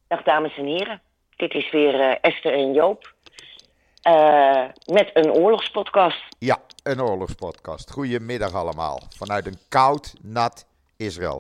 Dag dames en heren, dit is weer Esther en Joop met een oorlogspodcast. Ja, een oorlogspodcast. Goedemiddag allemaal. Vanuit een koud, nat Israël.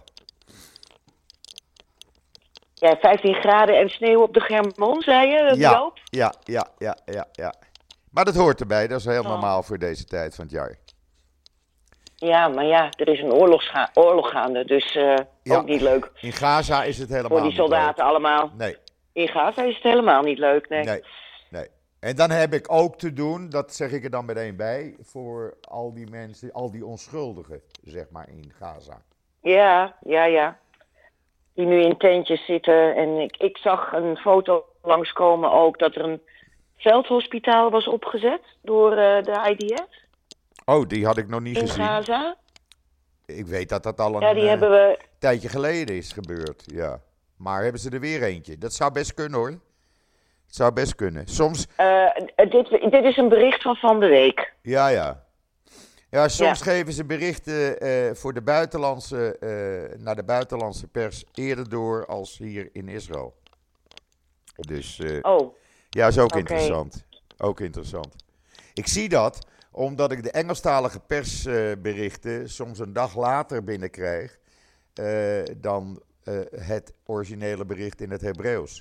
Ja, 15 graden en sneeuw op de Germon, zei je, Joop? Ja. Maar dat hoort erbij, dat is heel Oh. normaal voor deze tijd van het jaar. Ja, maar ja, er is een oorlog gaande, dus ook niet leuk. In Gaza is het helemaal voor die soldaten allemaal. Nee. In Gaza is het helemaal niet leuk, nee. En dan heb ik ook te doen, dat zeg ik er dan meteen bij, voor al die mensen, al die onschuldigen, zeg maar, in Gaza. Ja. Die nu in tentjes zitten. En ik zag een foto langskomen ook dat er een veldhospitaal was opgezet door de IDF. Oh, die had ik nog niet gezien. In Gaza. Ik weet dat dat al Ja, hebben we tijdje geleden is gebeurd, ja. Maar hebben ze er weer eentje? Dat zou best kunnen, hoor. Het zou best kunnen. Soms... dit is een bericht van de week. Ja, soms geven ze berichten voor de naar de buitenlandse pers eerder door als hier in Israël. Dus ja, is ook interessant. Ook interessant. Ik zie dat omdat ik de Engelstalige persberichten soms een dag later binnenkrijg dan het originele bericht in het Hebreeuws.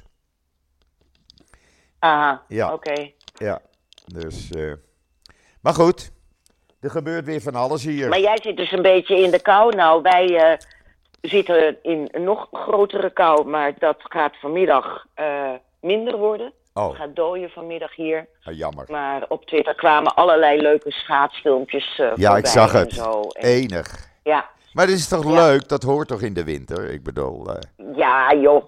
Aha, ja. Oké. Ja, dus... Maar goed, er gebeurt weer van alles hier. Maar jij zit dus een beetje in de kou. Nou, wij zitten in een nog grotere kou, maar dat gaat vanmiddag minder worden. Oh. Het gaat dooien vanmiddag hier. Jammer. Maar op Twitter kwamen allerlei leuke schaatsfilmpjes voorbij. Ja, ik zag het. En zo. Enig. Ja. Maar dit is toch leuk? Dat hoort toch in de winter? Ik bedoel... Ja, joh.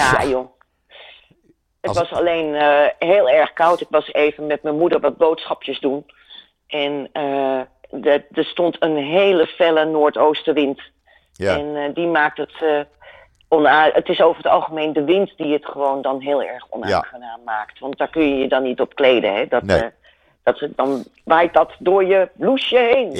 Het was alleen heel erg koud. Ik was even met mijn moeder wat boodschapjes doen. En er stond een hele felle noordoostenwind. Ja. En die maakt het het is over het algemeen de wind die het gewoon dan heel erg onaangenaam maakt. Want daar kun je je dan niet op kleden. Hè? Dan waait dat door je blouseje heen.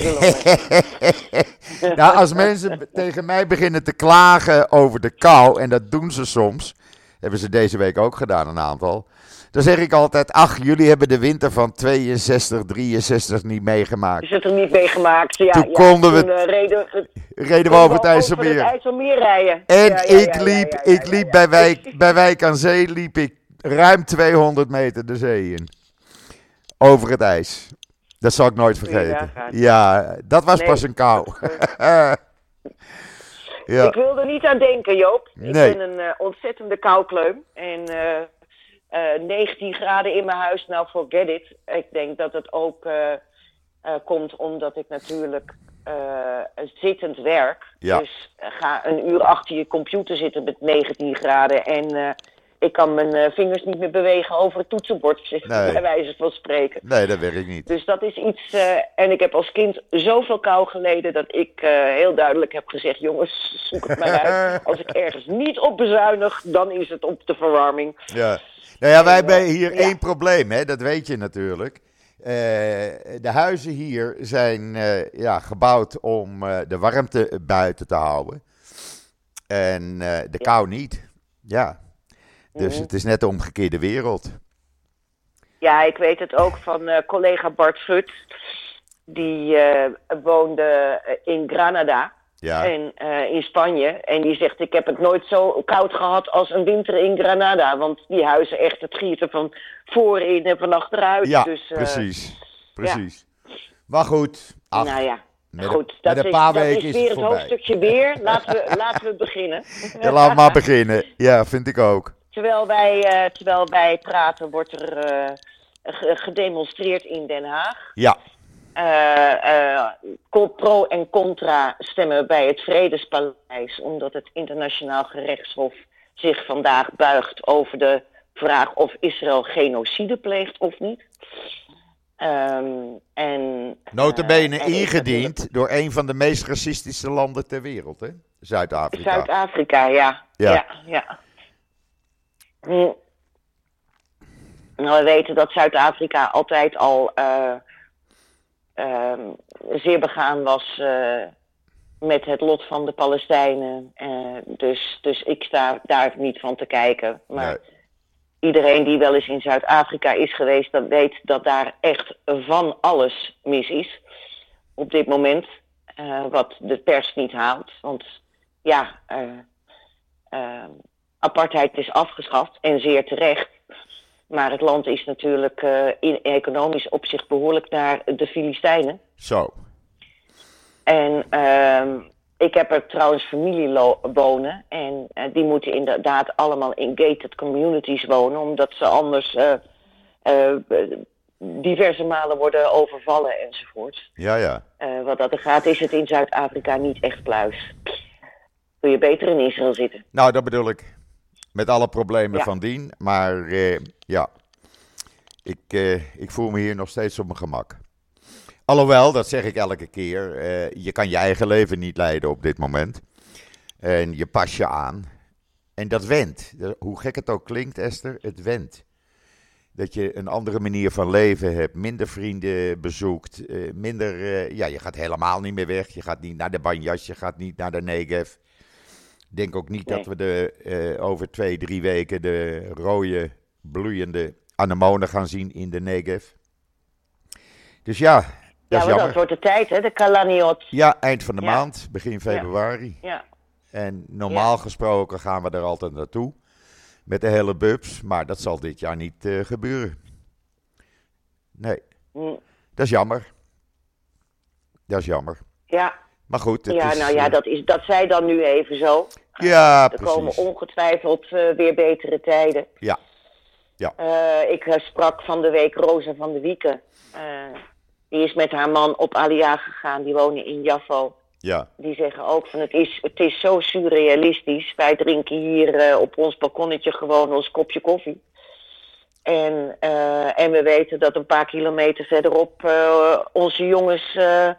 Nou, als mensen tegen mij beginnen te klagen over de kou, en dat doen ze soms, hebben ze deze week ook gedaan, een aantal. Dan zeg ik altijd, ach, jullie hebben de winter van 62, 63 niet meegemaakt. Is het er niet meegemaakt? Ja, toen konden we, reden we over het IJsselmeer rijden. En ik liep bij Wijk aan Zee, liep ik ruim 200 meter de zee in. Over het ijs. Dat zal ik nooit vergeten. Ja, dat was pas een kou. Ja. Ik wil er niet aan denken, Joop. Nee. Ik ben een ontzettende koukleum. En 19 graden in mijn huis, nou forget it. Ik denk dat het ook komt omdat ik natuurlijk zittend werk. Ja. Dus ga een uur achter je computer zitten met 19 graden. En ik kan mijn vingers niet meer bewegen over het toetsenbord, bij wijze van spreken. Nee, dat werkt niet. Dus dat is iets... en ik heb als kind zoveel kou geleden dat ik heel duidelijk heb gezegd, jongens, zoek het maar uit. Als ik ergens niet op bezuinig, dan is het op de verwarming. Ja. Nou ja, wij hebben hier één probleem, hè? Dat weet je natuurlijk. De huizen hier zijn gebouwd om de warmte buiten te houden. En de kou niet. Ja. Dus het is net de omgekeerde wereld. Ja, ik weet het ook van collega Bart Schut. Die woonde in Granada. Ja. En in Spanje. En die zegt, ik heb het nooit zo koud gehad als een winter in Granada. Want die huizen echt, het gieten van voorin en van achteruit. Ja, dus, precies. Ja. Maar goed. Ach, nou ja, goed. Dat is weer het voorbij. hoofdstukje weer. Laten we beginnen. Ja, laat maar beginnen. Ja, vind ik ook. Terwijl wij praten, wordt er gedemonstreerd in Den Haag. Ja. Pro en contra stemmen bij het Vredespaleis, omdat het internationaal gerechtshof zich vandaag buigt over de vraag of Israël genocide pleegt of niet. Nota bene ingediend door een van de meest racistische landen ter wereld, hè? Zuid-Afrika. Zuid-Afrika, ja. Nou, we weten dat Zuid-Afrika altijd al zeer begaan was met het lot van de Palestijnen. Dus ik sta daar niet van te kijken. Maar iedereen die wel eens in Zuid-Afrika is geweest, dat weet dat daar echt van alles mis is. Op dit moment. Wat de pers niet haalt. Want ja, apartheid is afgeschaft en zeer terecht. Maar het land is natuurlijk in economisch opzicht behoorlijk naar de Filistijnen. Zo. En ik heb er trouwens familie wonen. En die moeten inderdaad allemaal in gated communities wonen. Omdat ze anders diverse malen worden overvallen enzovoort. Ja. Wat dat er gaat is het in Zuid-Afrika niet echt pluis. Kun je beter in Israël zitten. Nou, dat bedoel ik. Met alle problemen van dien. Maar ik voel me hier nog steeds op mijn gemak. Alhoewel, dat zeg ik elke keer, je kan je eigen leven niet leiden op dit moment. En je pas je aan. En dat wendt. Hoe gek het ook klinkt, Esther, het wendt. Dat je een andere manier van leven hebt, minder vrienden bezoekt, je gaat helemaal niet meer weg. Je gaat niet naar de Banjas, je gaat niet naar de Negev. Ik denk ook niet dat we over 2-3 weken de rode, bloeiende anemonen gaan zien in de Negev. Dus ja, dat is jammer. Dat wordt de tijd, hè, de Kalaniot. Ja, eind van de maand, begin februari. Ja. En normaal gesproken gaan we er altijd naartoe met de hele bubs, maar dat zal dit jaar niet gebeuren. Nee, dat is jammer. Dat is jammer. Ja. Maar goed, dat zij dan nu even zo. Ja, precies. Er komen ongetwijfeld weer betere tijden. Ja. Ik sprak van de week Rosa van de Wieken. Die is met haar man op Alia gegaan. Die wonen in Jaffo. Ja. Die zeggen ook van het is zo surrealistisch. Wij drinken hier op ons balkonnetje gewoon ons kopje koffie. En we weten dat een paar kilometer verderop onze jongens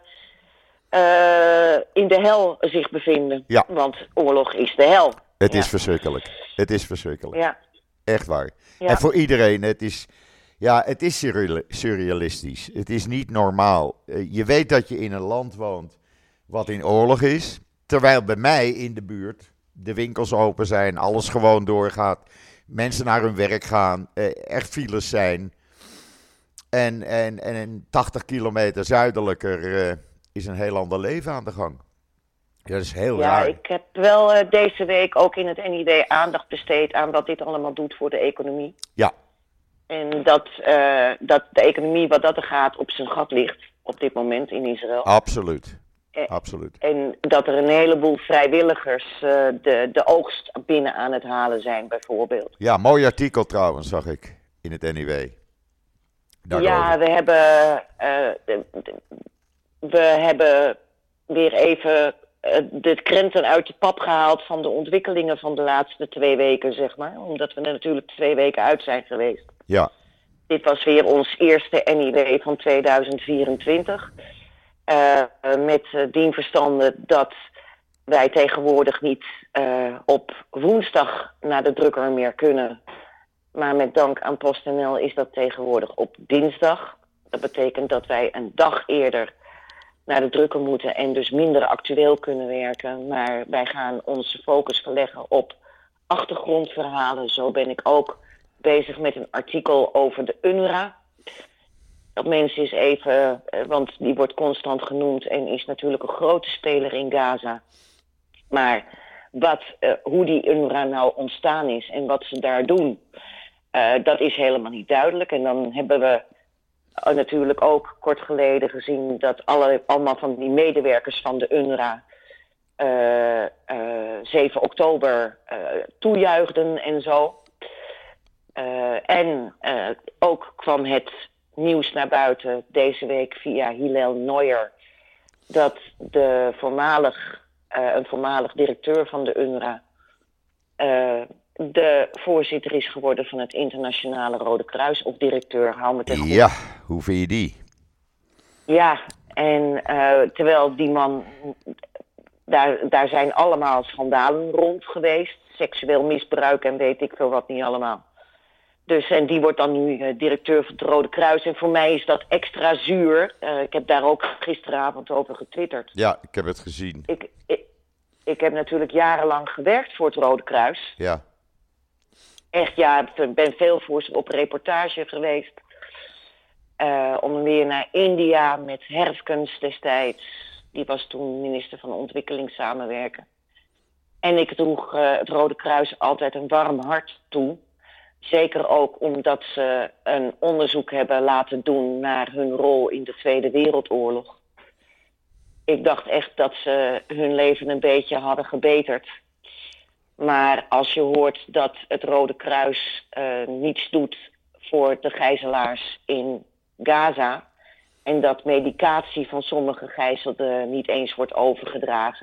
in de hel zich bevinden. Ja. Want oorlog is de hel. Het is verschrikkelijk. Het is verschrikkelijk. Ja. Echt waar. Ja. En voor iedereen, het is surrealistisch. Het is niet normaal. Je weet dat je in een land woont wat in oorlog is. Terwijl bij mij in de buurt de winkels open zijn, alles gewoon doorgaat. Mensen naar hun werk gaan, er files zijn. En 80 kilometer zuidelijker is een heel ander leven aan de gang. Dat is heel raar. Ja, ik heb wel deze week ook in het NID aandacht besteed aan wat dit allemaal doet voor de economie. Ja. En dat de economie wat dat er gaat op zijn gat ligt op dit moment in Israël. Absoluut. Absoluut. En dat er een heleboel vrijwilligers de oogst binnen aan het halen zijn bijvoorbeeld. Ja, mooi artikel trouwens zag ik in het NIW. Daarover. Ja, we hebben weer even de krenten uit de pap gehaald van de ontwikkelingen van de laatste 2 weken, zeg maar. Omdat we er natuurlijk 2 weken uit zijn geweest. Ja. Dit was weer ons eerste NIW van 2024. Met dien verstande dat wij tegenwoordig niet op woensdag naar de drukker meer kunnen. Maar met dank aan PostNL is dat tegenwoordig op dinsdag. Dat betekent dat wij een dag eerder naar de drukker moeten en dus minder actueel kunnen werken. Maar wij gaan onze focus verleggen op achtergrondverhalen. Zo ben ik ook bezig met een artikel over de UNRWA. Dat mensen eens even, want die wordt constant genoemd en is natuurlijk een grote speler in Gaza. Maar hoe die UNRWA nou ontstaan is en wat ze daar doen, dat is helemaal niet duidelijk. En dan hebben we natuurlijk ook kort geleden gezien dat allemaal van die medewerkers van de UNRWA 7 oktober toejuichten en zo. Ook kwam het nieuws naar buiten deze week via Hillel Neuer dat een voormalig directeur van de UNRWA de voorzitter is geworden van het Internationale Rode Kruis, of directeur, hou me ten goede. Ja, hoe vind je die? Ja, en terwijl die man, daar zijn allemaal schandalen rond geweest, seksueel misbruik en weet ik veel wat niet allemaal. Dus, en die wordt dan nu directeur van het Rode Kruis. En voor mij is dat extra zuur. Ik heb daar ook gisteravond over getwitterd. Ja, ik heb het gezien. Ik heb natuurlijk jarenlang gewerkt voor het Rode Kruis. Ja. Echt, ja, ik ben veel voor ze op reportage geweest. Onder meer naar India met Herfkens destijds. Die was toen minister van Ontwikkelingssamenwerken. En ik droeg het Rode Kruis altijd een warm hart toe. Zeker ook omdat ze een onderzoek hebben laten doen naar hun rol in de Tweede Wereldoorlog. Ik dacht echt dat ze hun leven een beetje hadden gebeterd. Maar als je hoort dat het Rode Kruis niets doet voor de gijzelaars in Gaza en dat medicatie van sommige gijzelden niet eens wordt overgedragen.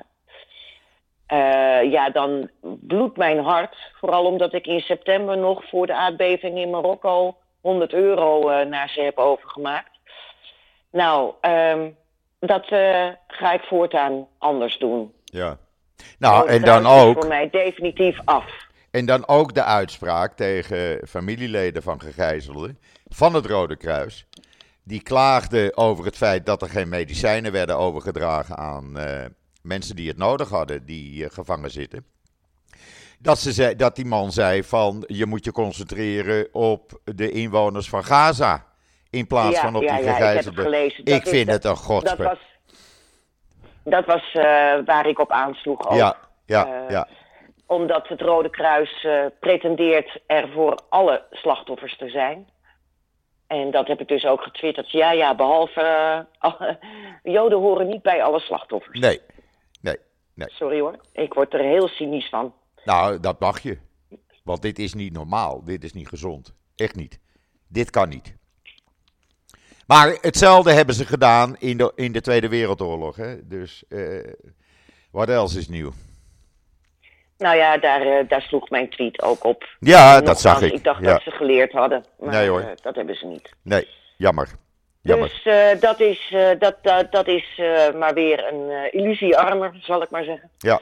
Dan bloedt mijn hart. Vooral omdat ik in september nog voor de aardbeving in Marokko €100 naar ze heb overgemaakt. Nou, dat ga ik voortaan anders doen. Ja. Nou, en dan ook... voor mij definitief af. En dan ook de uitspraak tegen familieleden van gegijzelden van het Rode Kruis. Die klaagden over het feit dat er geen medicijnen werden overgedragen aan mensen die het nodig hadden, die gevangen zitten. Dat die man zei van, je moet je concentreren op de inwoners van Gaza. In plaats van op die gegijzelden. Ik vind het een godspel. Dat was waar ik op aansloeg ook. Ja. Omdat het Rode Kruis pretendeert er voor alle slachtoffers te zijn. En dat heb ik dus ook getwitterd. Ja, behalve... Joden horen niet bij alle slachtoffers. Nee. Sorry hoor, ik word er heel cynisch van. Nou, dat mag je. Want dit is niet normaal. Dit is niet gezond. Echt niet. Dit kan niet. Maar hetzelfde hebben ze gedaan in de Tweede Wereldoorlog. Hè? Dus wat else is nieuw? Nou ja, daar sloeg mijn tweet ook op. Ja, dat zag ik. Ik dacht dat ze geleerd hadden, maar nee, hoor. Dat hebben ze niet. Nee, jammer. Dus dat is maar weer een illusiearmer, zal ik maar zeggen. Ja.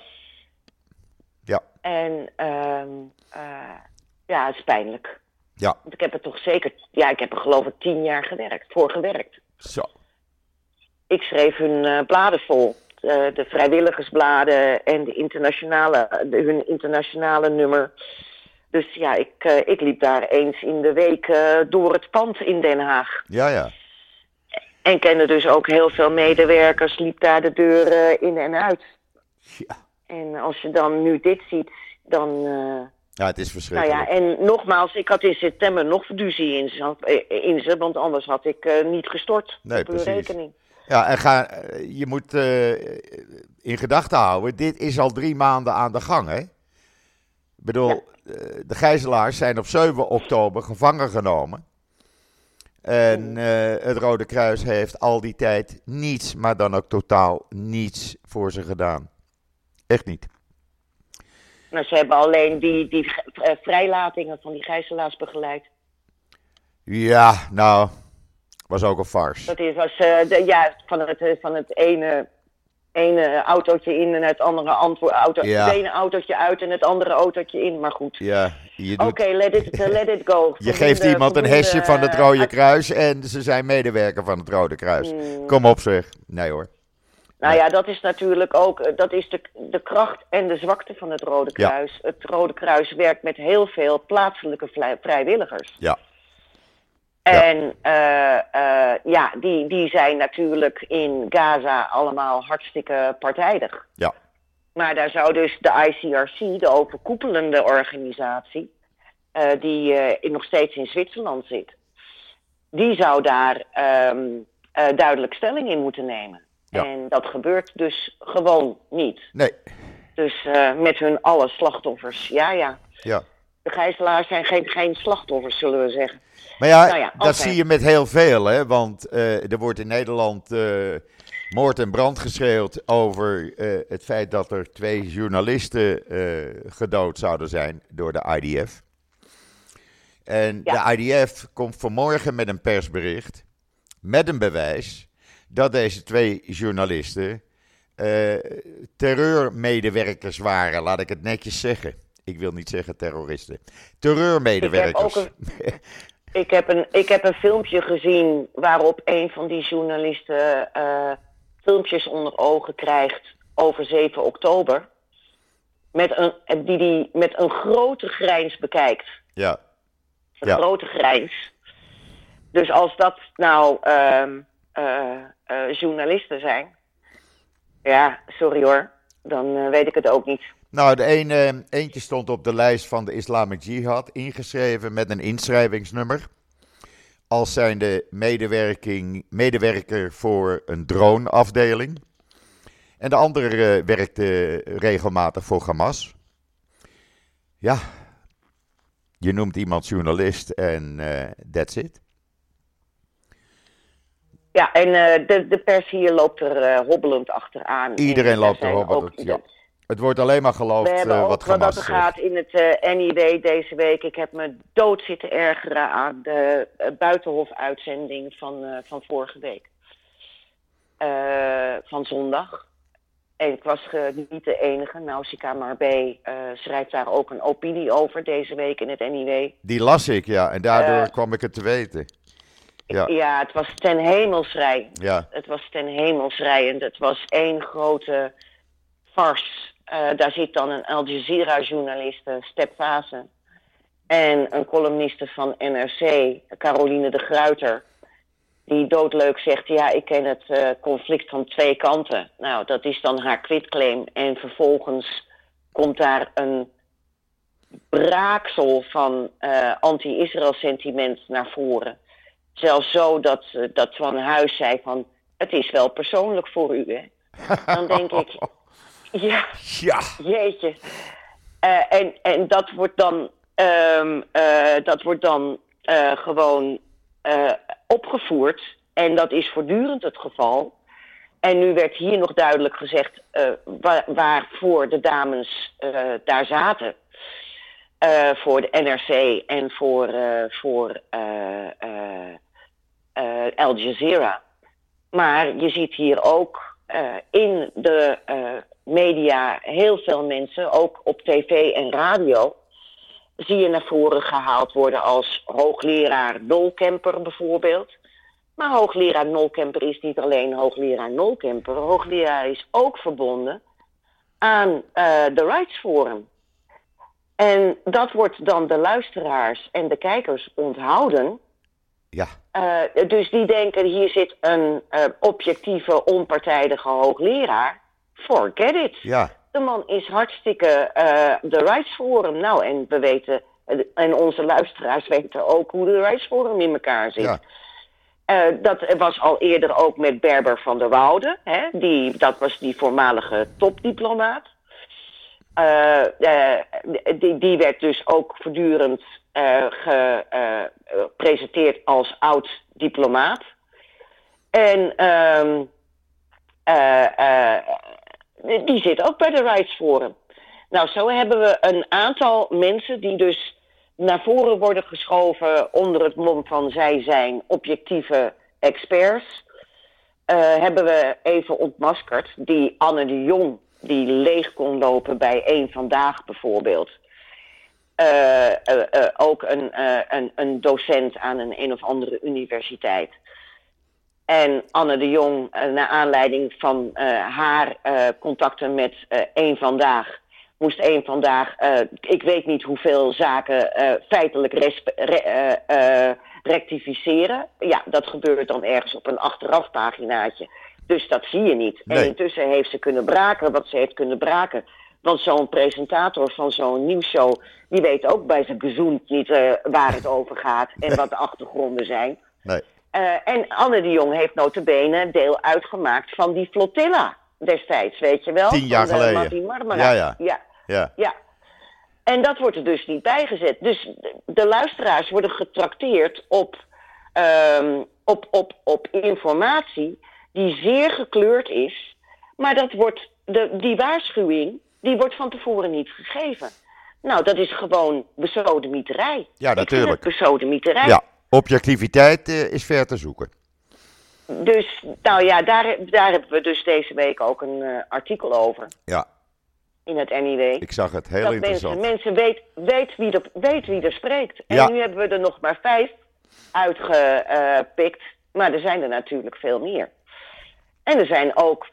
En het is pijnlijk. Ja. Want ik heb er toch zeker... Ja, ik heb er geloof ik 10 jaar gewerkt. Zo. Ik schreef hun bladen vol. De vrijwilligersbladen en hun internationale nummer. Dus ja, ik liep daar eens in de week door het pand in Den Haag. Ja. En kende dus ook heel veel medewerkers, liep daar de deur in en uit. Ja. En als je dan nu dit ziet, dan... ja, het is verschrikkelijk. Nou ja, en nogmaals, ik had in september nog fiducie in ze, want anders had ik niet gestort op uw rekening. Ja, en je moet in gedachten houden, dit is al 3 maanden aan de gang, hè? Ik bedoel, de gijzelaars zijn op 7 oktober gevangen genomen. En het Rode Kruis heeft al die tijd niets, maar dan ook totaal niets voor ze gedaan. Echt niet. Nou, ze hebben alleen die vrijlatingen van die gijzelaars begeleid. Ja, nou, was ook een farce. Dat was van het ene autootje in en het andere het ene autootje uit en het andere autootje in, maar goed. Ja, Oké, let it go. Je geeft iemand een hesje van het Rode Kruis en ze zijn medewerker van het Rode Kruis. Kom op zeg. Nee hoor. Nou ja, dat is natuurlijk ook, dat is de kracht en de zwakte van het Rode Kruis. Ja. Het Rode Kruis werkt met heel veel plaatselijke vrijwilligers. Ja. En die zijn natuurlijk in Gaza allemaal hartstikke partijdig. Ja. Maar daar zou dus de ICRC, de overkoepelende organisatie, die nog steeds in Zwitserland zit, die zou daar duidelijk stelling in moeten nemen. Ja. En dat gebeurt dus gewoon niet. Nee. Dus met hun alle slachtoffers, ja. De gijzelaars zijn geen slachtoffers, zullen we zeggen. Maar ja, dat zie je met heel veel, hè. Want er wordt in Nederland moord en brand geschreeuwd over het feit dat er 2 journalisten gedood zouden zijn door de IDF. En de IDF komt vanmorgen met een persbericht met een bewijs dat deze 2 journalisten terreurmedewerkers waren, laat ik het netjes zeggen. Ik wil niet zeggen terroristen. Terreurmedewerkers. Ik heb een filmpje gezien waarop een van die journalisten filmpjes onder ogen krijgt over 7 oktober. Die met een grote grijns bekijkt. Ja. Een grote grijns. Dus als dat nou journalisten zijn, ja, sorry hoor, dan weet ik het ook niet. Nou, eentje stond op de lijst van de Islamic Jihad, ingeschreven met een inschrijvingsnummer. Als zijnde medewerker voor een droneafdeling. En de andere werkte regelmatig voor Hamas. Ja, je noemt iemand journalist en that's it. Ja, en de pers hier loopt er hobbelend achteraan. Iedereen loopt er hobbelend. Het wordt alleen maar geloofd wat Hamas zegt. We hebben ook wat er gaat in het NIW deze week. Ik heb me dood zitten ergeren aan de Buitenhof-uitzending van vorige week. Van zondag. En ik was niet de enige. Nausicaa Marbé schrijft daar ook een opinie over deze week in het NIW. Die las ik, ja. En daardoor kwam ik het te weten. Ja, het was ten hemelsrij. Ja. Het was ten hemelsrijend. Het was één grote farce. Daar zit dan een Al Jazeera-journaliste, Step Vazen. En een columniste van NRC, Caroline de Gruyter. Die doodleuk zegt, ja, ik ken het conflict van 2 kanten. Nou, dat is dan haar quitclaim. En vervolgens komt daar een braaksel van anti-Israël sentiment naar voren. Zelfs zo dat Van Huis zei van, het is wel persoonlijk voor u, hè. Dan denk ik, ja. Jeetje. En dat wordt dan gewoon opgevoerd. En dat is voortdurend het geval. En nu werd hier nog duidelijk gezegd waarvoor de dames daar zaten. Voor de NRC en voor Al Jazeera. Maar je ziet hier ook in de media heel veel mensen, ook op tv en radio, zie je naar voren gehaald worden als hoogleraar Nolkemper bijvoorbeeld. Maar hoogleraar Nolkemper is niet alleen hoogleraar Nolkemper. Hoogleraar is ook verbonden aan de Rights Forum. En dat wordt dan de luisteraars en de kijkers onthouden. Ja. Dus die denken, hier zit een objectieve, onpartijdige hoogleraar. Forget it. Ja. De man is hartstikke de Rights Forum. Nou, en we weten, en onze luisteraars weten ook hoe de Rights Forum in elkaar zit. Ja. Dat was al eerder ook met Berber van der Woude. Hè? Dat was die voormalige topdiplomaat. Die werd dus ook voortdurend gepresenteerd als oud-diplomaat. En die zit ook bij de Rights Forum. Nou, zo hebben we een aantal mensen die dus naar voren worden geschoven onder het mom van zij zijn objectieve experts. Hebben we even ontmaskerd. Die Anne de Jong, die leeg kon lopen bij Eén Vandaag bijvoorbeeld. Ook een docent aan een of andere universiteit. En Anne de Jong, naar aanleiding van haar contacten met Eén Vandaag, moest Eén Vandaag, ik weet niet hoeveel zaken feitelijk rectificeren. Ja, dat gebeurt dan ergens op een achterafpaginaatje. Dus dat zie je niet. Nee. En intussen heeft ze kunnen braken wat ze heeft kunnen braken. Want zo'n presentator van zo'n nieuwsshow, die weet ook bij zijn gezoend niet waar het over gaat en wat de achtergronden zijn. Nee. En Anne de Jong heeft nota bene deel uitgemaakt van die flotilla destijds, weet je wel? 10 jaar geleden. Ja. En dat wordt er dus niet bijgezet. Dus de luisteraars worden getrakteerd op informatie die zeer gekleurd is. Maar dat wordt die waarschuwing, die wordt van tevoren niet gegeven. Nou, dat is gewoon besodemieterij. Ja, natuurlijk. Besodemieterij. Ja, objectiviteit is ver te zoeken. Dus, nou ja, daar hebben we dus deze week ook een artikel over. Ja. in het NIW. Ik zag het, heel interessant. Mensen weet wie er spreekt. En nu hebben we er nog maar 5 uitgepikt. Maar er zijn er natuurlijk veel meer. En er zijn ook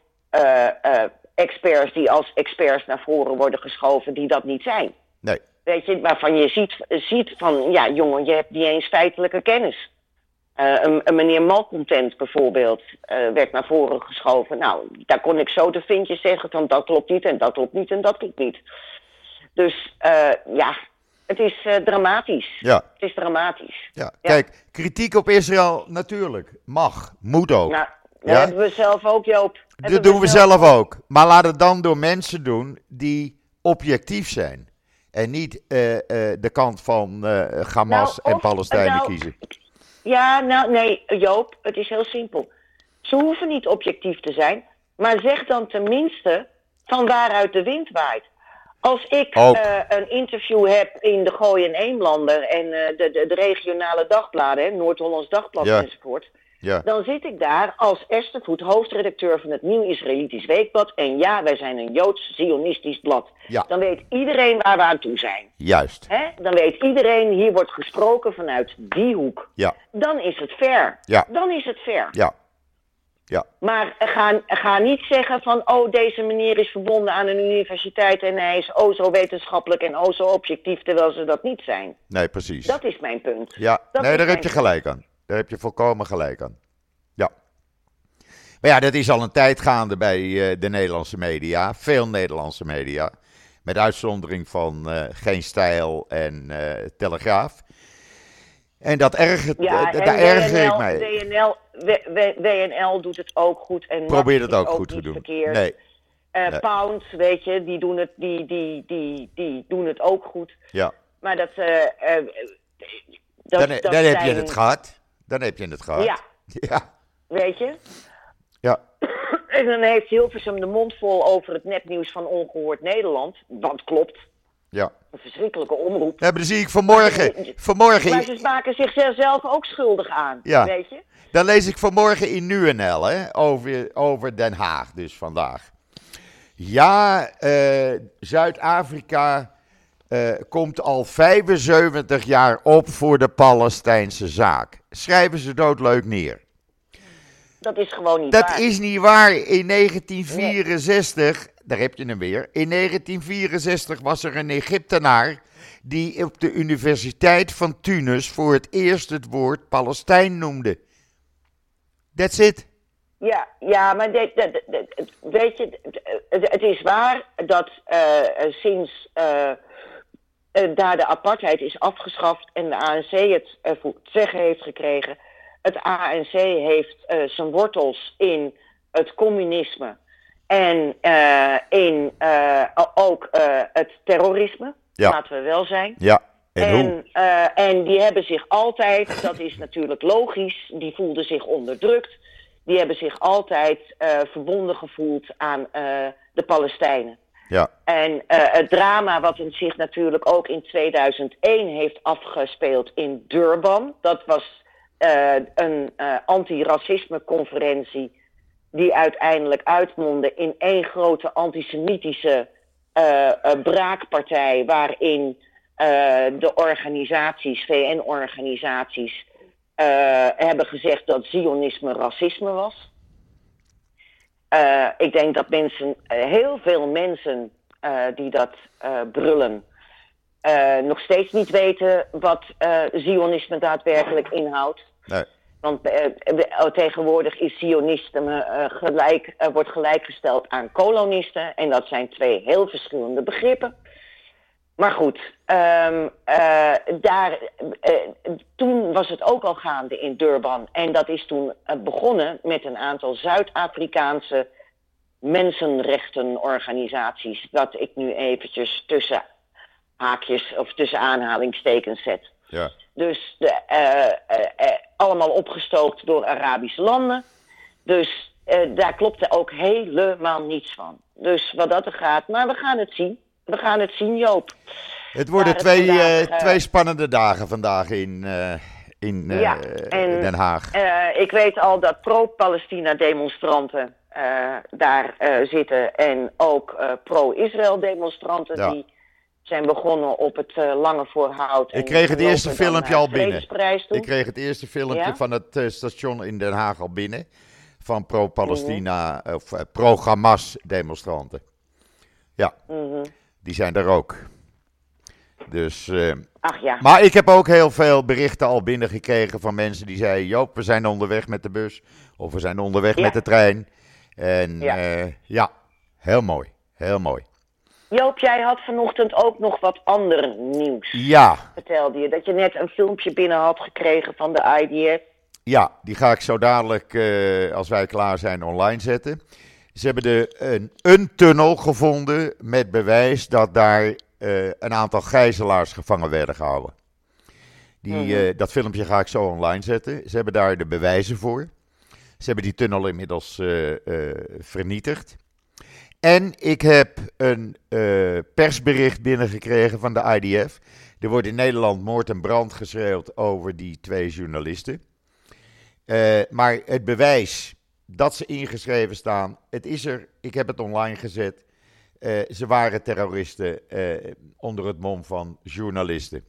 experts die als experts naar voren worden geschoven die dat niet zijn. Nee. Weet je, waarvan je ziet van, ja jongen, je hebt niet eens feitelijke kennis. Een meneer Malcontent bijvoorbeeld werd naar voren geschoven. Nou, daar kon ik zo de vintjes zeggen van dat klopt niet en dat klopt niet en dat klopt niet. Dus het is dramatisch. Ja. Het is dramatisch. Ja. Kijk, kritiek op Israël natuurlijk. Mag, moet ook. Nou, dat hebben we zelf ook, Joop. Dat doen we zelf ook. Maar laat het dan door mensen doen die objectief zijn. En niet de kant van Hamas en Palestijnen kiezen. Ja, nou nee, Joop, het is heel simpel. Ze hoeven niet objectief te zijn, maar zeg dan tenminste van waaruit de wind waait. Als ik een interview heb in de Gooi en Eemlander en de regionale dagbladen, Noord-Hollands Dagblad enzovoort, dan zit ik daar als Estervoet, hoofdredacteur van het Nieuw Israëlitisch Weekblad. En ja, wij zijn een Joods-Zionistisch blad. Ja. Dan weet iedereen waar we aan toe zijn. Juist. Dan weet iedereen, hier wordt gesproken vanuit die hoek. Ja. Dan is het fair. Ja. Dan is het fair. Ja. Ja. Maar ga niet zeggen van, deze meneer is verbonden aan een universiteit en hij is zo wetenschappelijk en zo objectief, terwijl ze dat niet zijn. Nee, precies. Dat is mijn punt. Ja, daar heb je gelijk aan. Daar heb je volkomen gelijk aan. Ja. Maar ja, dat is al een tijd gaande bij de Nederlandse media. Veel Nederlandse media. Met uitzondering van Geen Stijl en Telegraaf. En dat ergert, daar erger ik mij. WNL doet het ook goed. En probeer het ook goed te doen. Verkeerd. Nee. Pound, weet je, die doen het ook goed. Ja. Maar dan heb je het gehad. Dan heb je het gehad. Ja. Weet je? Ja. En dan heeft Hilversum de mond vol over het nepnieuws van Ongehoord Nederland. Wat klopt. Ja. Een verschrikkelijke omroep. Ja, maar dat zie ik vanmorgen. Maar ze maken zichzelf ook schuldig aan. Ja. Weet je? Dan lees ik vanmorgen in Nu.nl over Den Haag, dus vandaag. Ja, Zuid-Afrika komt al 75 jaar op voor de Palestijnse zaak. Schrijven ze doodleuk neer. Dat is gewoon niet waar. Dat is niet waar. In 1964, daar heb je hem weer. In 1964 was er een Egyptenaar die op de Universiteit van Tunis voor het eerst het woord Palestijn noemde. That's it. Ja, maar weet je, het is waar dat sinds daar de apartheid is afgeschaft en de ANC het voor het zeggen heeft gekregen. Het ANC heeft zijn wortels in het communisme en ook het terrorisme, laten we wel zijn. Ja. En die hebben zich altijd, dat is natuurlijk logisch, die voelden zich onderdrukt. Die hebben zich altijd verbonden gevoeld aan de Palestijnen. Ja. En het drama wat zich natuurlijk ook in 2001 heeft afgespeeld in Durban. Dat was een anti-racisme-conferentie die uiteindelijk uitmondde in één grote antisemitische braakpartij waarin de organisaties, VN-organisaties, hebben gezegd dat Zionisme racisme was. Ik denk dat heel veel mensen die dat brullen, nog steeds niet weten wat Zionisme daadwerkelijk inhoudt. Nee. Want tegenwoordig is Zionisme wordt gelijkgesteld aan kolonisten. En dat zijn 2 heel verschillende begrippen. Maar goed, toen was het ook al gaande in Durban. En dat is toen begonnen met een aantal Zuid-Afrikaanse mensenrechtenorganisaties. Dat ik nu eventjes tussen haakjes of tussen aanhalingstekens zet. Ja. Dus allemaal opgestookt door Arabische landen. Dus daar klopte ook helemaal niets van. Dus wat dat er gaat, maar we gaan het zien. We gaan het zien, Joop. Het worden twee spannende dagen vandaag in Den Haag. Ik weet al dat pro-Palestina demonstranten daar zitten. En ook pro-Israël demonstranten die zijn begonnen op het Lange Voorhout. Ik kreeg het eerste filmpje al binnen. Ik kreeg het eerste filmpje van het station in Den Haag al binnen. Van pro-Palestina of pro-Hamas demonstranten. Ja, die zijn er ook. Dus, Maar ik heb ook heel veel berichten al binnengekregen van mensen die zeiden... Joop, we zijn onderweg met de bus of we zijn onderweg met de trein. En heel mooi, heel mooi. Joop, jij had vanochtend ook nog wat ander nieuws. Ja. Vertelde je dat je net een filmpje binnen had gekregen van de IDF. Ja, die ga ik zo dadelijk, als wij klaar zijn, online zetten. Ze hebben een tunnel gevonden met bewijs dat daar een aantal gijzelaars gevangen werden gehouden. Dat filmpje ga ik zo online zetten. Ze hebben daar de bewijzen voor. Ze hebben die tunnel inmiddels vernietigd. En ik heb een persbericht binnengekregen van de IDF. Er wordt in Nederland moord en brand geschreeuwd over die 2 journalisten. Maar het bewijs dat ze ingeschreven staan, het is er. Ik heb het online gezet. Ze waren terroristen onder het mom van journalisten.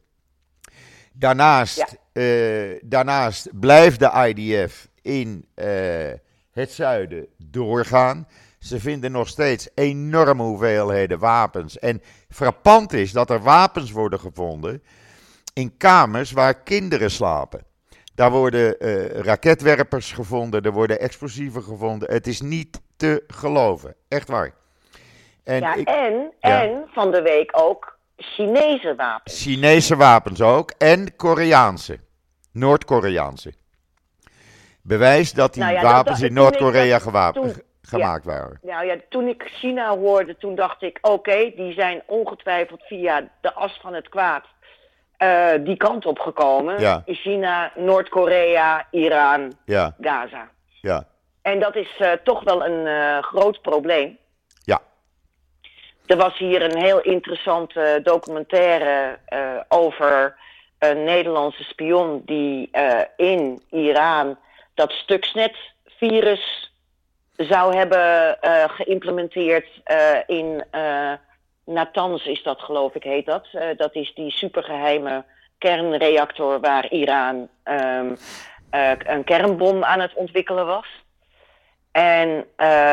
Daarnaast blijft de IDF in het zuiden doorgaan. Ze vinden nog steeds enorme hoeveelheden wapens. En frappant is dat er wapens worden gevonden in kamers waar kinderen slapen. Daar worden raketwerpers gevonden, er worden explosieven gevonden. Het is niet te geloven, echt waar. En van de week ook Chinese wapens. Chinese wapens ook en Koreaanse, Noord-Koreaanse. Bewijs dat die wapens in Noord-Korea gemaakt waren. Ja, toen ik China hoorde, toen dacht ik, oké, die zijn ongetwijfeld via de as van het kwaad die kant op gekomen. Ja. China, Noord-Korea, Iran, Gaza. Ja. En dat is toch wel een groot probleem. Ja. Er was hier een heel interessante documentaire over een Nederlandse spion die in Iran dat Stuxnet-virus zou hebben geïmplementeerd in Natanz is dat, geloof ik, heet dat. Dat is die supergeheime kernreactor waar Iran een kernbom aan het ontwikkelen was. En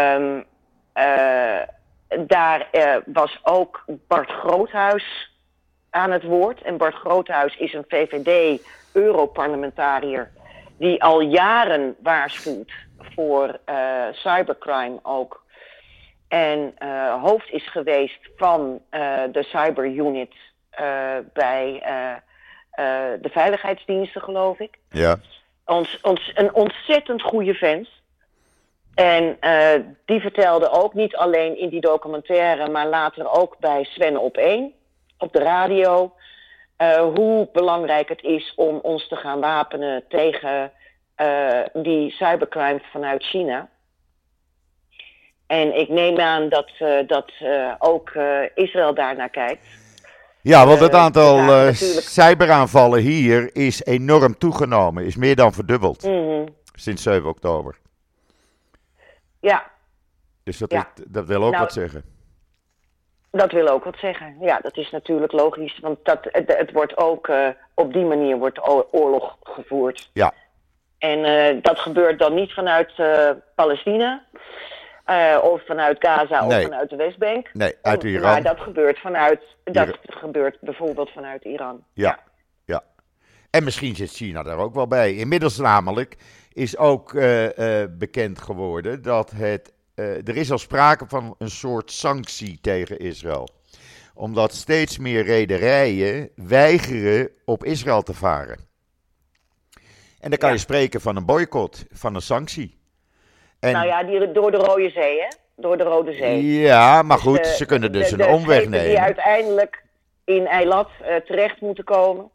daar was ook Bart Groothuis aan het woord. En Bart Groothuis is een VVD-Europarlementariër die al jaren waarschuwt voor cybercrime ook. En hoofd is geweest van de cyberunit bij de veiligheidsdiensten, geloof ik. Ja. Een ontzettend goede vent. En die vertelde ook, niet alleen in die documentaire, maar later ook bij Sven op 1, op de radio, hoe belangrijk het is om ons te gaan wapenen tegen die cybercrime vanuit China. En ik neem aan dat ook Israël daarnaar kijkt. Ja, want het aantal cyberaanvallen hier is enorm toegenomen. Is meer dan verdubbeld. Sinds 7 oktober. Ja. Dus dat wil ook wat zeggen. Dat wil ook wat zeggen. Ja, dat is natuurlijk logisch. Want het wordt ook op die manier wordt oorlog gevoerd. Ja. En dat gebeurt dan niet vanuit Palestina. Of vanuit Gaza of vanuit de Westbank. Nee, uit Iran. Maar dat gebeurt bijvoorbeeld vanuit Iran. Ja. En misschien zit China daar ook wel bij. Inmiddels namelijk is ook bekend geworden dat er is al sprake van een soort sanctie tegen Israël. Omdat steeds meer rederijen weigeren op Israël te varen. En dan kan je spreken van een boycott, van een sanctie. Door de Rode Zee, hè? Door de Rode Zee. Ja, maar goed, ze kunnen dus een omweg nemen. Die uiteindelijk in Eilat terecht moeten komen.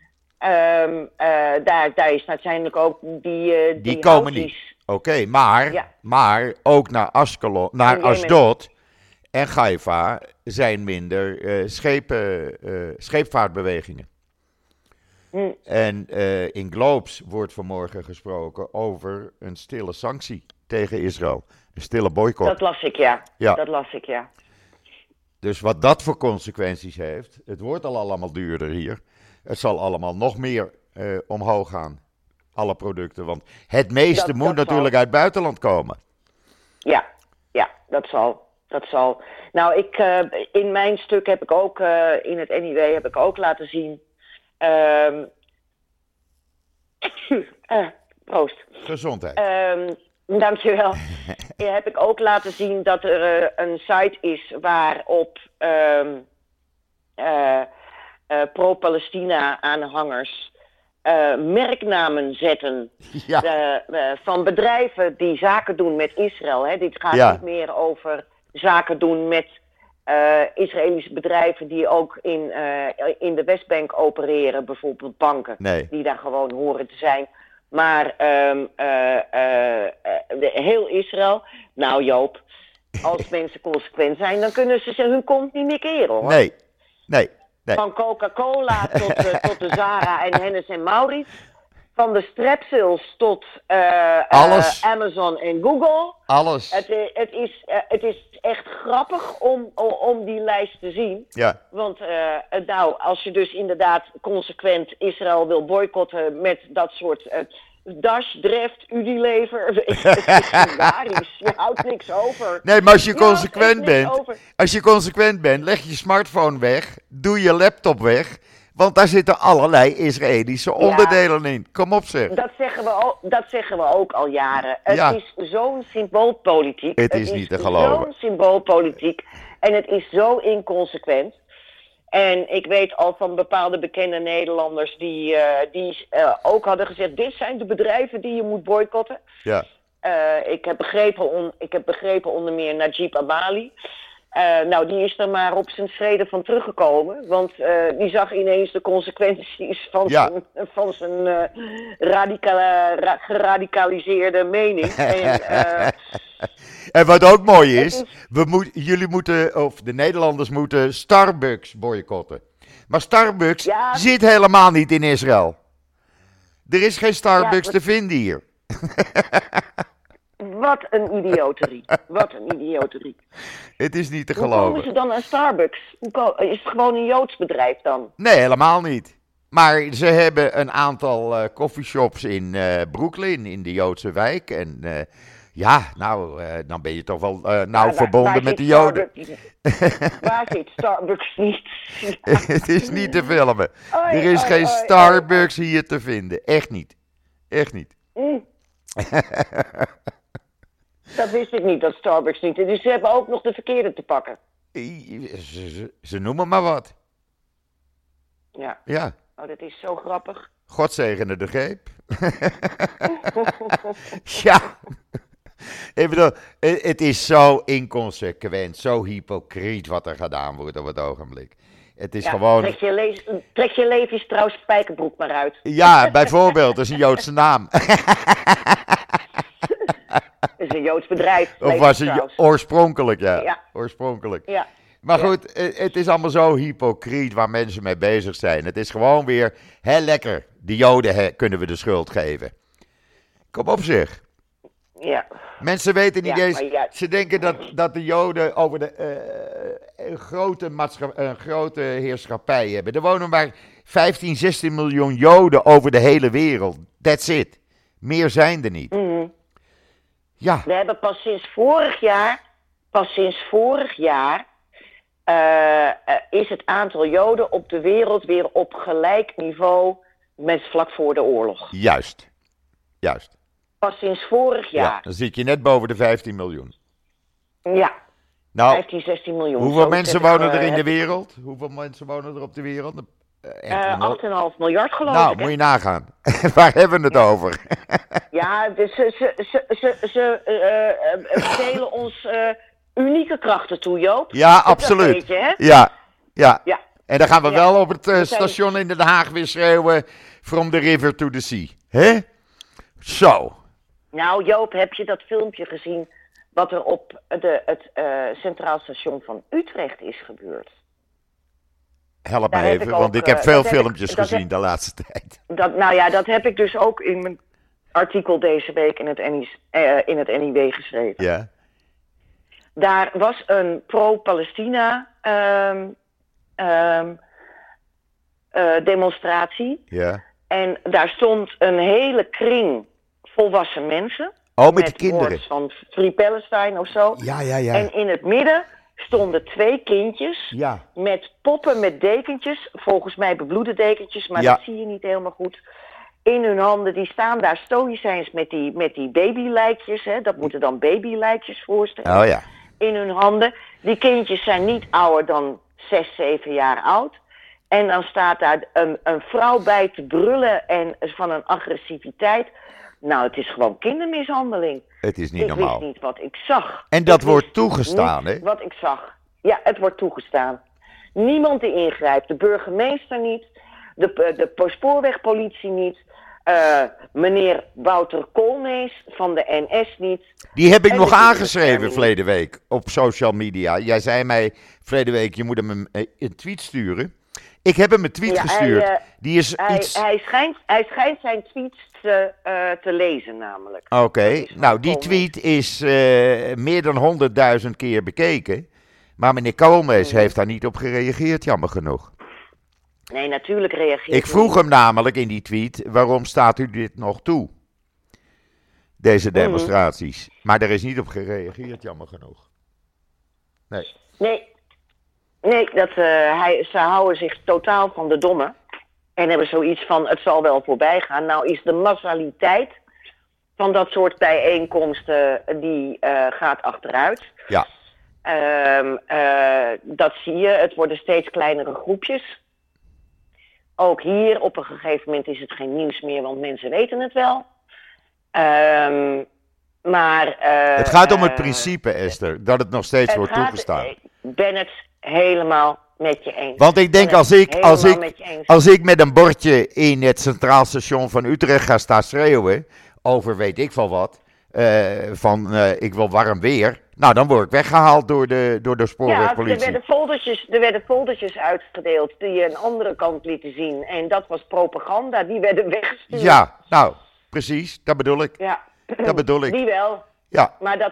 Daar is uiteindelijk ook die komen niet. Oké, maar ook naar Ashdod en Haifa zijn minder scheepvaartbewegingen. En in Globes wordt vanmorgen gesproken over een stille sanctie tegen Israël. Een stille boycott. Dat las ik, ja. Dat las ik, ja. Dus wat dat voor consequenties heeft, het wordt al allemaal duurder hier. Het zal allemaal nog meer omhoog gaan, alle producten. Want het meeste moet natuurlijk uit het buitenland komen. Ja, dat zal. Nou, in mijn stuk heb ik ook, in het NIW heb ik ook laten zien... proost. Gezondheid. Dankjewel. Heb ik ook laten zien dat er een site is waarop pro-Palestina aanhangers merknamen zetten van bedrijven die zaken doen met Israël. Hè. Dit gaat niet meer over zaken doen met Israëlische bedrijven die ook in de Westbank opereren, bijvoorbeeld banken, die daar gewoon horen te zijn. Maar heel Israël, nou Joop, als mensen consequent zijn, dan kunnen ze hun kont niet meer keren, hoor. Nee. Van Coca-Cola tot de Zara en Hennes en Mauritz. Van de Strepsils tot Amazon en Google. Alles. Het is echt grappig om die lijst te zien. Ja. Want als je dus inderdaad consequent Israël wil boycotten met dat soort Dash, Dreft, Unilever. Het is hilarisch. Je houdt niks over. Nee, maar als je consequent bent, leg je smartphone weg, doe je laptop weg. Want daar zitten allerlei Israëlische onderdelen in. Kom op, zeg. Dat zeggen we ook al jaren. Het is zo'n symboolpolitiek. Het is niet te geloven. Zo'n symboolpolitiek. En het is zo inconsequent. En ik weet al van bepaalde bekende Nederlanders die ook hadden gezegd... dit zijn de bedrijven die je moet boycotten. Ja. Ik heb begrepen onder meer Najib Amali... die is er maar op zijn schreden van teruggekomen. Want die zag ineens de consequenties van zijn geradicaliseerde mening. En wat ook mooi is, de Nederlanders moeten Starbucks boycotten. Maar Starbucks zit helemaal niet in Israël. Er is geen Starbucks te vinden hier. Wat een idioterie. Het is niet te geloven. Hoe komen ze dan aan Starbucks? Is het gewoon een Joods bedrijf dan? Nee, helemaal niet. Maar ze hebben een aantal coffeeshops in Brooklyn, in de Joodse wijk. En dan ben je toch wel verbonden met de Joden. Waar zit Starbucks niet? Het is niet te filmen. Er is geen Starbucks hier te vinden. Echt niet. Dat wist ik niet, dat Starbucks niet. Dus ze hebben ook nog de verkeerde te pakken. Ze noemen maar wat. Ja. Oh, dat is zo grappig. God zegene de greep. Ja. Ik bedoel, het is zo inconsequent, zo hypocriet wat er gedaan wordt op het ogenblik. Het is gewoon... Trek je Levi Strauss spijkerbroek maar uit. Ja, bijvoorbeeld, dat is een Joodse naam. Het is een Joods bedrijf. Of was het oorspronkelijk, ja. Oorspronkelijk. Ja. Maar goed, het is allemaal zo hypocriet waar mensen mee bezig zijn. Het is gewoon weer, lekker, de Joden kunnen we de schuld geven. Kom op zeg. Ja. Mensen weten niet eens, ze denken dat de Joden over een grote heerschappij hebben. Er wonen maar 15, 16 miljoen Joden over de hele wereld. That's it. Meer zijn er niet. Mm-hmm. Ja. We hebben pas sinds vorig jaar is het aantal Joden op de wereld weer op gelijk niveau met vlak voor de oorlog. Juist. Pas sinds vorig jaar. Ja, dan zit je net boven de 15 miljoen. Ja, nou, 15, 16 miljoen. Hoeveel mensen wonen er in de wereld? Hoeveel mensen wonen er op de wereld? 8,5 miljard geloof ik. Nou, moet je nagaan. Waar hebben we het over? Ja, dus ze delen ons unieke krachten toe, Joop. Ja, absoluut. Weet je, hè? Ja. En dan gaan we wel op het station in Den Haag weer schreeuwen... From the river to the sea. Hè? Zo. Nou, Joop, heb je dat filmpje gezien... wat er op het Centraal Station van Utrecht is gebeurd? Help me even, want ik heb veel filmpjes gezien de laatste tijd. Dat heb ik dus ook in mijn artikel deze week in het NIW geschreven. Ja. Daar was een pro-Palestina demonstratie. Ja. En daar stond een hele kring volwassen mensen. Oh, met de kinderen. Met van Free Palestine of zo. Ja. En in het midden stonden 2 kindjes met poppen met dekentjes. Volgens mij bebloede dekentjes, maar dat zie je niet helemaal goed. In hun handen, die staan daar stoïcijns met die babylijkjes. Hè? Dat moeten dan babylijkjes voorstellen. Oh ja. In hun handen. Die kindjes zijn niet ouder dan 6, 7 jaar oud. En dan staat daar een vrouw bij te brullen en van een agressiviteit. Nou, het is gewoon kindermishandeling. Het is niet normaal. Ik wist niet wat ik zag. En dat wordt toegestaan, hè? Wat ik zag. Ja, het wordt toegestaan. Niemand die ingrijpt. De burgemeester niet. De spoorwegpolitie niet. Meneer Wouter Koolmees van de NS niet. Die heb ik nog aangeschreven verleden week op social media. Jij zei mij verleden week, je moet hem een tweet sturen. Ik heb hem een tweet gestuurd. Hij schijnt zijn tweets te lezen namelijk. Oké, nou die tweet is meer dan 100.000 keer bekeken. Maar meneer Koolmees heeft daar niet op gereageerd, jammer genoeg. Nee, natuurlijk reageert hij. Ik vroeg hem namelijk in die tweet, waarom staat u dit nog toe? Deze demonstraties. Maar er is niet op gereageerd, jammer genoeg. Nee, ze houden zich totaal van de domme. En hebben zoiets van, het zal wel voorbij gaan. Nou is de massaliteit van dat soort bijeenkomsten, die gaat achteruit. Ja. Dat zie je. Het worden steeds kleinere groepjes. Ook hier, op een gegeven moment is het geen nieuws meer, want mensen weten het wel. Het gaat om het principe, Esther, dat het nog steeds wordt toegestaan. Ik ben het helemaal met je eens. Want ik denk, als ik met een bordje in het Centraal Station van Utrecht ga staan schreeuwen, over weet ik van wat, ik wil warm weer, nou dan word ik weggehaald door de spoorwegpolitie. Ja, er werden foldertjes uitgedeeld die je een andere kant lieten zien. En dat was propaganda, die werden weggestuurd. Ja, nou, precies, dat bedoel ik. Ja. Dat bedoel ik. Die wel. Ja. Maar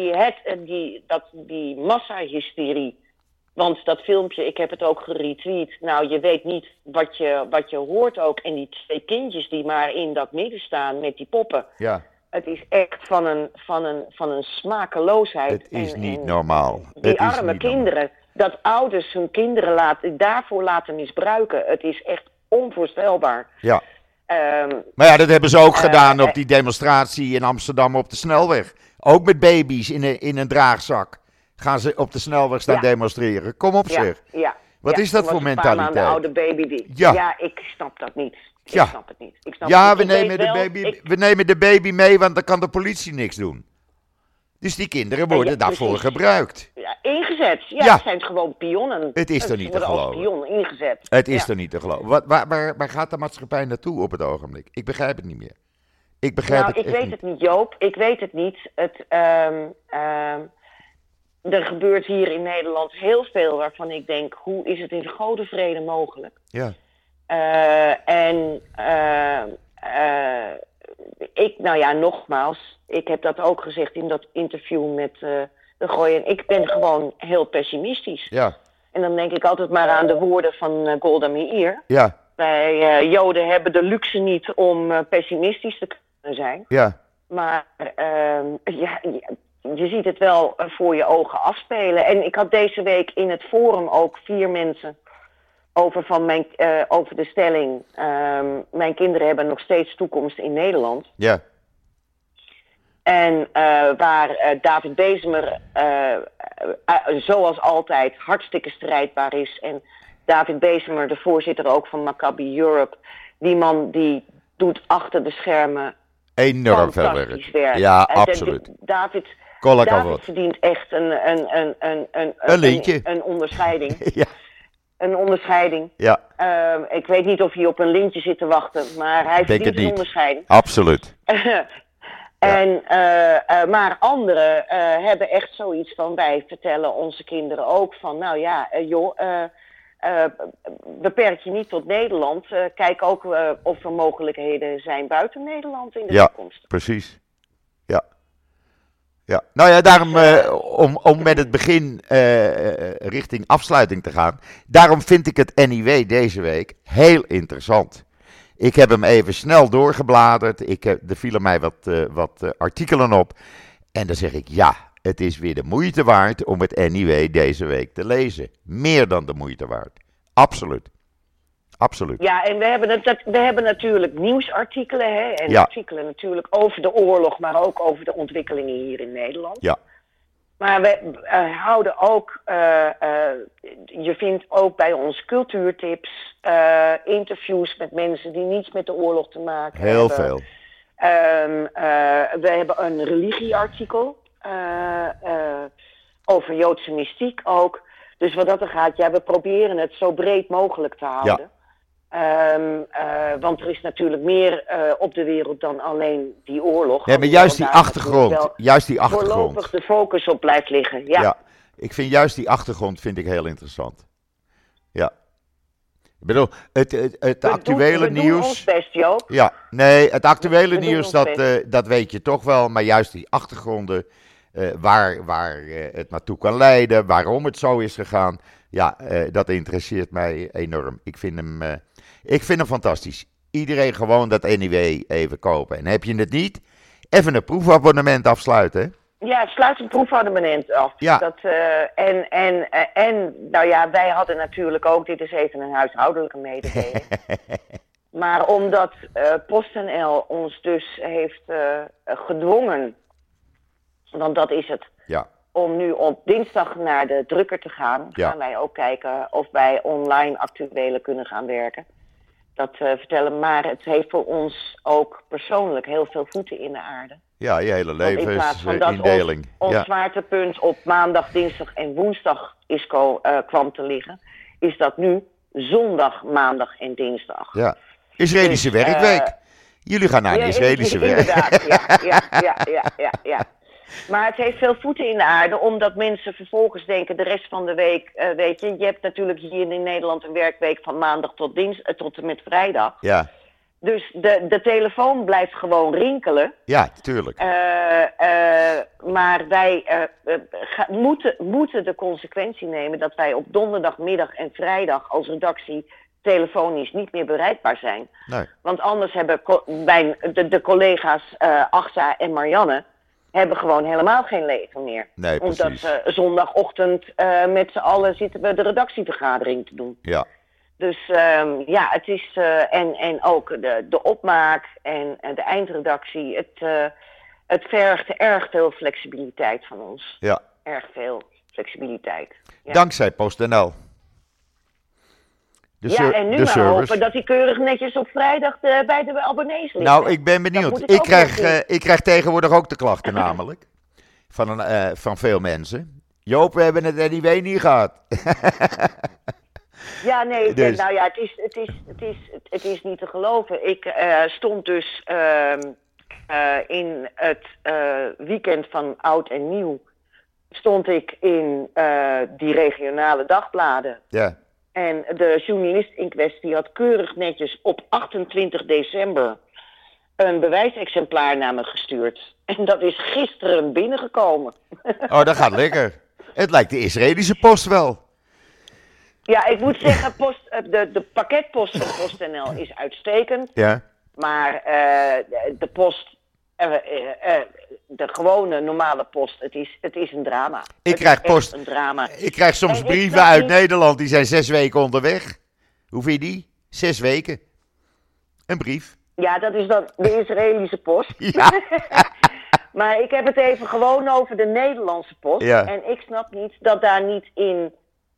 die massahysterie. Want dat filmpje, ik heb het ook geretweet. Nou, je weet niet wat je hoort ook. En die 2 kindjes die maar in dat midden staan met die poppen. Ja. Het is echt van een smakeloosheid. Het is niet normaal. Die arme kinderen. Dat ouders hun kinderen daarvoor laten misbruiken. Het is echt onvoorstelbaar. Ja. Maar ja, dat hebben ze ook gedaan op die demonstratie in Amsterdam op de snelweg. Ook met baby's in een draagzak gaan ze op de snelweg staan demonstreren. Kom op zeg. Ja. Wat is dat voor mentaliteit? Een paar maanden oude baby. Ja, ik snap dat niet. Ik snap het niet. We nemen de baby mee, want dan kan de politie niks doen. Dus die kinderen worden daarvoor gebruikt. Ja, ingezet. Ja, het zijn gewoon pionnen. Het is er niet te geloven. Pionnen ingezet. Het is er niet te geloven. Waar gaat de maatschappij naartoe op het ogenblik? Ik begrijp het niet meer. Ik weet het niet, Joop. Ik weet het niet. Er gebeurt hier in Nederland heel veel waarvan ik denk, hoe is het in goede vrede mogelijk? Ja. Nogmaals, ik heb dat ook gezegd in dat interview met De Gooi. En ik ben gewoon heel pessimistisch. Ja. En dan denk ik altijd maar aan de woorden van Golda Meir. Ja. Wij Joden hebben de luxe niet om pessimistisch te kunnen zijn. Ja. Maar je ziet het wel voor je ogen afspelen. En ik had deze week in het forum ook 4 mensen over de stelling. Mijn kinderen hebben nog steeds toekomst in Nederland. Ja. En waar David Bezemer zoals altijd hartstikke strijdbaar is. En David Bezemer, de voorzitter ook van Maccabi Europe. Die man die doet achter de schermen enorm veel werk. Ja, absoluut. David verdient echt een lintje. Een onderscheiding. Ja. Een onderscheiding. Ja. Ik weet niet of hij op een lintje zit te wachten, maar hij verdient een onderscheiding. Absoluut. Maar anderen hebben echt zoiets van, wij vertellen onze kinderen ook van, beperk je niet tot Nederland. Kijk ook of er mogelijkheden zijn buiten Nederland in de toekomst. Precies. Ja, nou ja, daarom om met het begin richting afsluiting te gaan. Daarom vind ik het NIW deze week heel interessant. Ik heb hem even snel doorgebladerd. Er vielen mij wat artikelen op. En dan zeg ik ja, het is weer de moeite waard om het NIW deze week te lezen. Meer dan de moeite waard. Absoluut. Absoluut. Ja, en we hebben natuurlijk nieuwsartikelen, hè, en artikelen natuurlijk over de oorlog, maar ook over de ontwikkelingen hier in Nederland. Ja. Maar we houden ook, je vindt ook bij ons cultuurtips, interviews met mensen die niets met de oorlog te maken hebben. Heel veel. We hebben een religieartikel over Joodse mystiek ook. Dus wat dat er gaat, we proberen het zo breed mogelijk te houden. Ja. Want er is natuurlijk meer op de wereld dan alleen die oorlog. Ja, maar juist die achtergrond. Voorlopig de focus op blijft liggen. Ja, ik vind juist die achtergrond heel interessant. Ja. Ik bedoel, het actuele nieuws. We doen ons best, Joop. Ja, nee, het actuele nieuws, dat weet je toch wel. Maar juist die achtergronden, waar het naartoe kan leiden, waarom het zo is gegaan. Ja, dat interesseert mij enorm. Ik vind hem fantastisch. Iedereen gewoon dat NIW even kopen. En heb je het niet, even een proefabonnement afsluiten. Hè? Ja, sluit een proefabonnement af. Ja. Nou ja, wij hadden natuurlijk ook, dit is even een huishoudelijke mededeling. Maar omdat PostNL ons dus heeft gedwongen, want dat is het, om nu op dinsdag naar de drukker te gaan, gaan wij ook kijken of wij online actuele kunnen gaan werken. Dat vertellen, maar het heeft voor ons ook persoonlijk heel veel voeten in de aarde. Ja, je hele leven is indeling. Ons zwaartepunt op maandag, dinsdag en woensdag kwam te liggen, is dat nu zondag, maandag en dinsdag. Ja, Israëlische werkweek. Jullie gaan naar een Israëlische werkweek. Inderdaad, ja. Maar het heeft veel voeten in de aarde, omdat mensen vervolgens denken de rest van de week, weet je hebt natuurlijk hier in Nederland een werkweek van maandag tot en met vrijdag. Ja. Dus de telefoon blijft gewoon rinkelen. Ja, tuurlijk. Maar wij moeten de consequentie nemen dat wij op donderdagmiddag en vrijdag als redactie telefonisch niet meer bereikbaar zijn. Nee. Want anders hebben de collega's Achsa en Marianne hebben gewoon helemaal geen leven meer. Nee, precies. Omdat zondagochtend met z'n allen zitten we de redactievergadering te doen. Ja. Dus het is, en ook de opmaak en de eindredactie, het vergt erg veel flexibiliteit van ons. Ja. Erg veel flexibiliteit. Ja. Dankzij PostNL. En nu maar hopen dat hij keurig netjes op vrijdag bij de abonnees ligt. Nou, ik ben benieuwd. Ik krijg tegenwoordig ook de klachten namelijk. Van veel mensen. Joop, we hebben het NIW niet gehad. Ja, nee, dus. Nou ja, het is niet te geloven. Ik stond dus in het weekend van Oud en Nieuw, stond ik in die regionale dagbladen. Ja. En de journalist in kwestie had keurig netjes op 28 december een bewijsexemplaar naar me gestuurd. En dat is gisteren binnengekomen. Oh, dat gaat lekker. Het lijkt de Israëlische post wel. Ja, ik moet zeggen, de pakketpost van PostNL is uitstekend. Ja. Maar de post, de gewone normale post, het is een drama. Ik krijg post. Een drama. Ik krijg soms brieven uit Nederland, die zijn 6 weken onderweg. Hoe vind je die? 6 weken. Een brief. Ja, dat is dan de Israëlische post. Ja. Maar ik heb het even gewoon over de Nederlandse post. Ja. En ik snap niet dat daar niet in...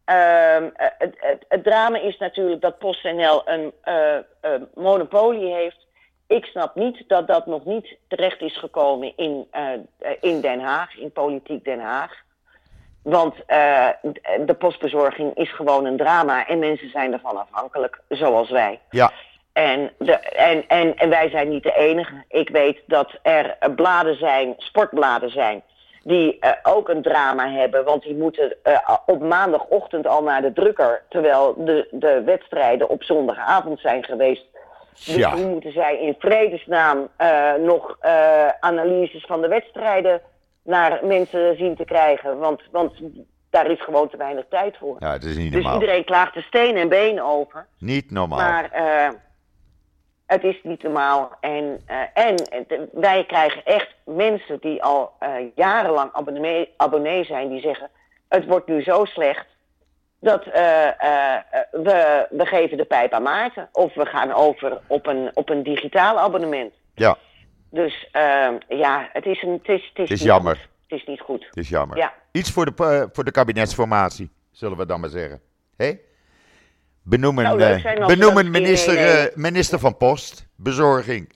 het drama is natuurlijk dat PostNL een monopolie heeft. Ik snap niet dat dat nog niet terecht is gekomen in Den Haag, in politiek Den Haag. Want de postbezorging is gewoon een drama en mensen zijn ervan afhankelijk, zoals wij. Ja. En wij zijn niet de enige. Ik weet dat er bladen zijn, sportbladen zijn, die ook een drama hebben. Want die moeten op maandagochtend al naar de drukker, terwijl de wedstrijden op zondagavond zijn geweest. Dus hoe moeten zij in vredesnaam nog analyses van de wedstrijden naar mensen zien te krijgen? Want daar is gewoon te weinig tijd voor. Ja, het is niet normaal. Dus iedereen klaagt er steen en been over. Niet normaal. Maar het is niet normaal. En wij krijgen echt mensen die al jarenlang abonnee zijn, die zeggen, het wordt nu zo slecht dat we geven de pijp aan Maarten. Of we gaan over op een digitaal abonnement. Ja. Dus het is jammer. Goed. Het is niet goed. Het is jammer. Ja. Iets voor de kabinetsformatie, zullen we dan maar zeggen. Hey? Benoemen minister van Post, bezorging.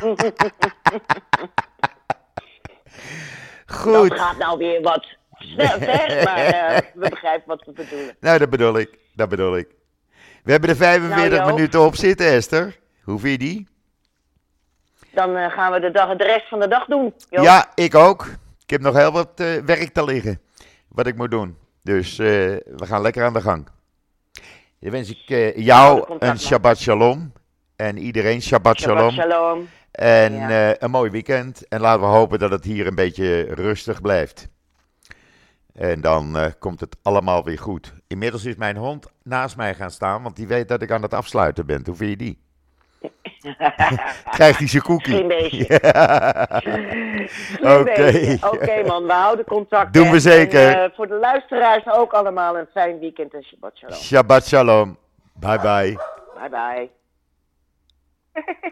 Goed. Dat gaat nou weer wat snel ver, maar we begrijpen wat we bedoelen. Nou, dat bedoel ik. We hebben er 45 minuten op zitten, Esther. Hoe vind je die? Dan gaan we de rest van de dag doen. Joop. Ja, ik ook. Ik heb nog heel wat werk te liggen, wat ik moet doen. Dus we gaan lekker aan de gang. Dan wens ik jou een Shabbat Shalom. En iedereen Shabbat Shalom. En een mooi weekend. En laten we hopen dat het hier een beetje rustig blijft. En dan komt het allemaal weer goed. Inmiddels is mijn hond naast mij gaan staan, want die weet dat ik aan het afsluiten ben. Hoe vind je die? Krijgt hij zijn cookie? Geen beetje. Oké, man, we houden contact. Doen we zeker. En, voor de luisteraars ook allemaal een fijn weekend en Shabbat Shalom. Shabbat Shalom. Bye bye. Bye bye.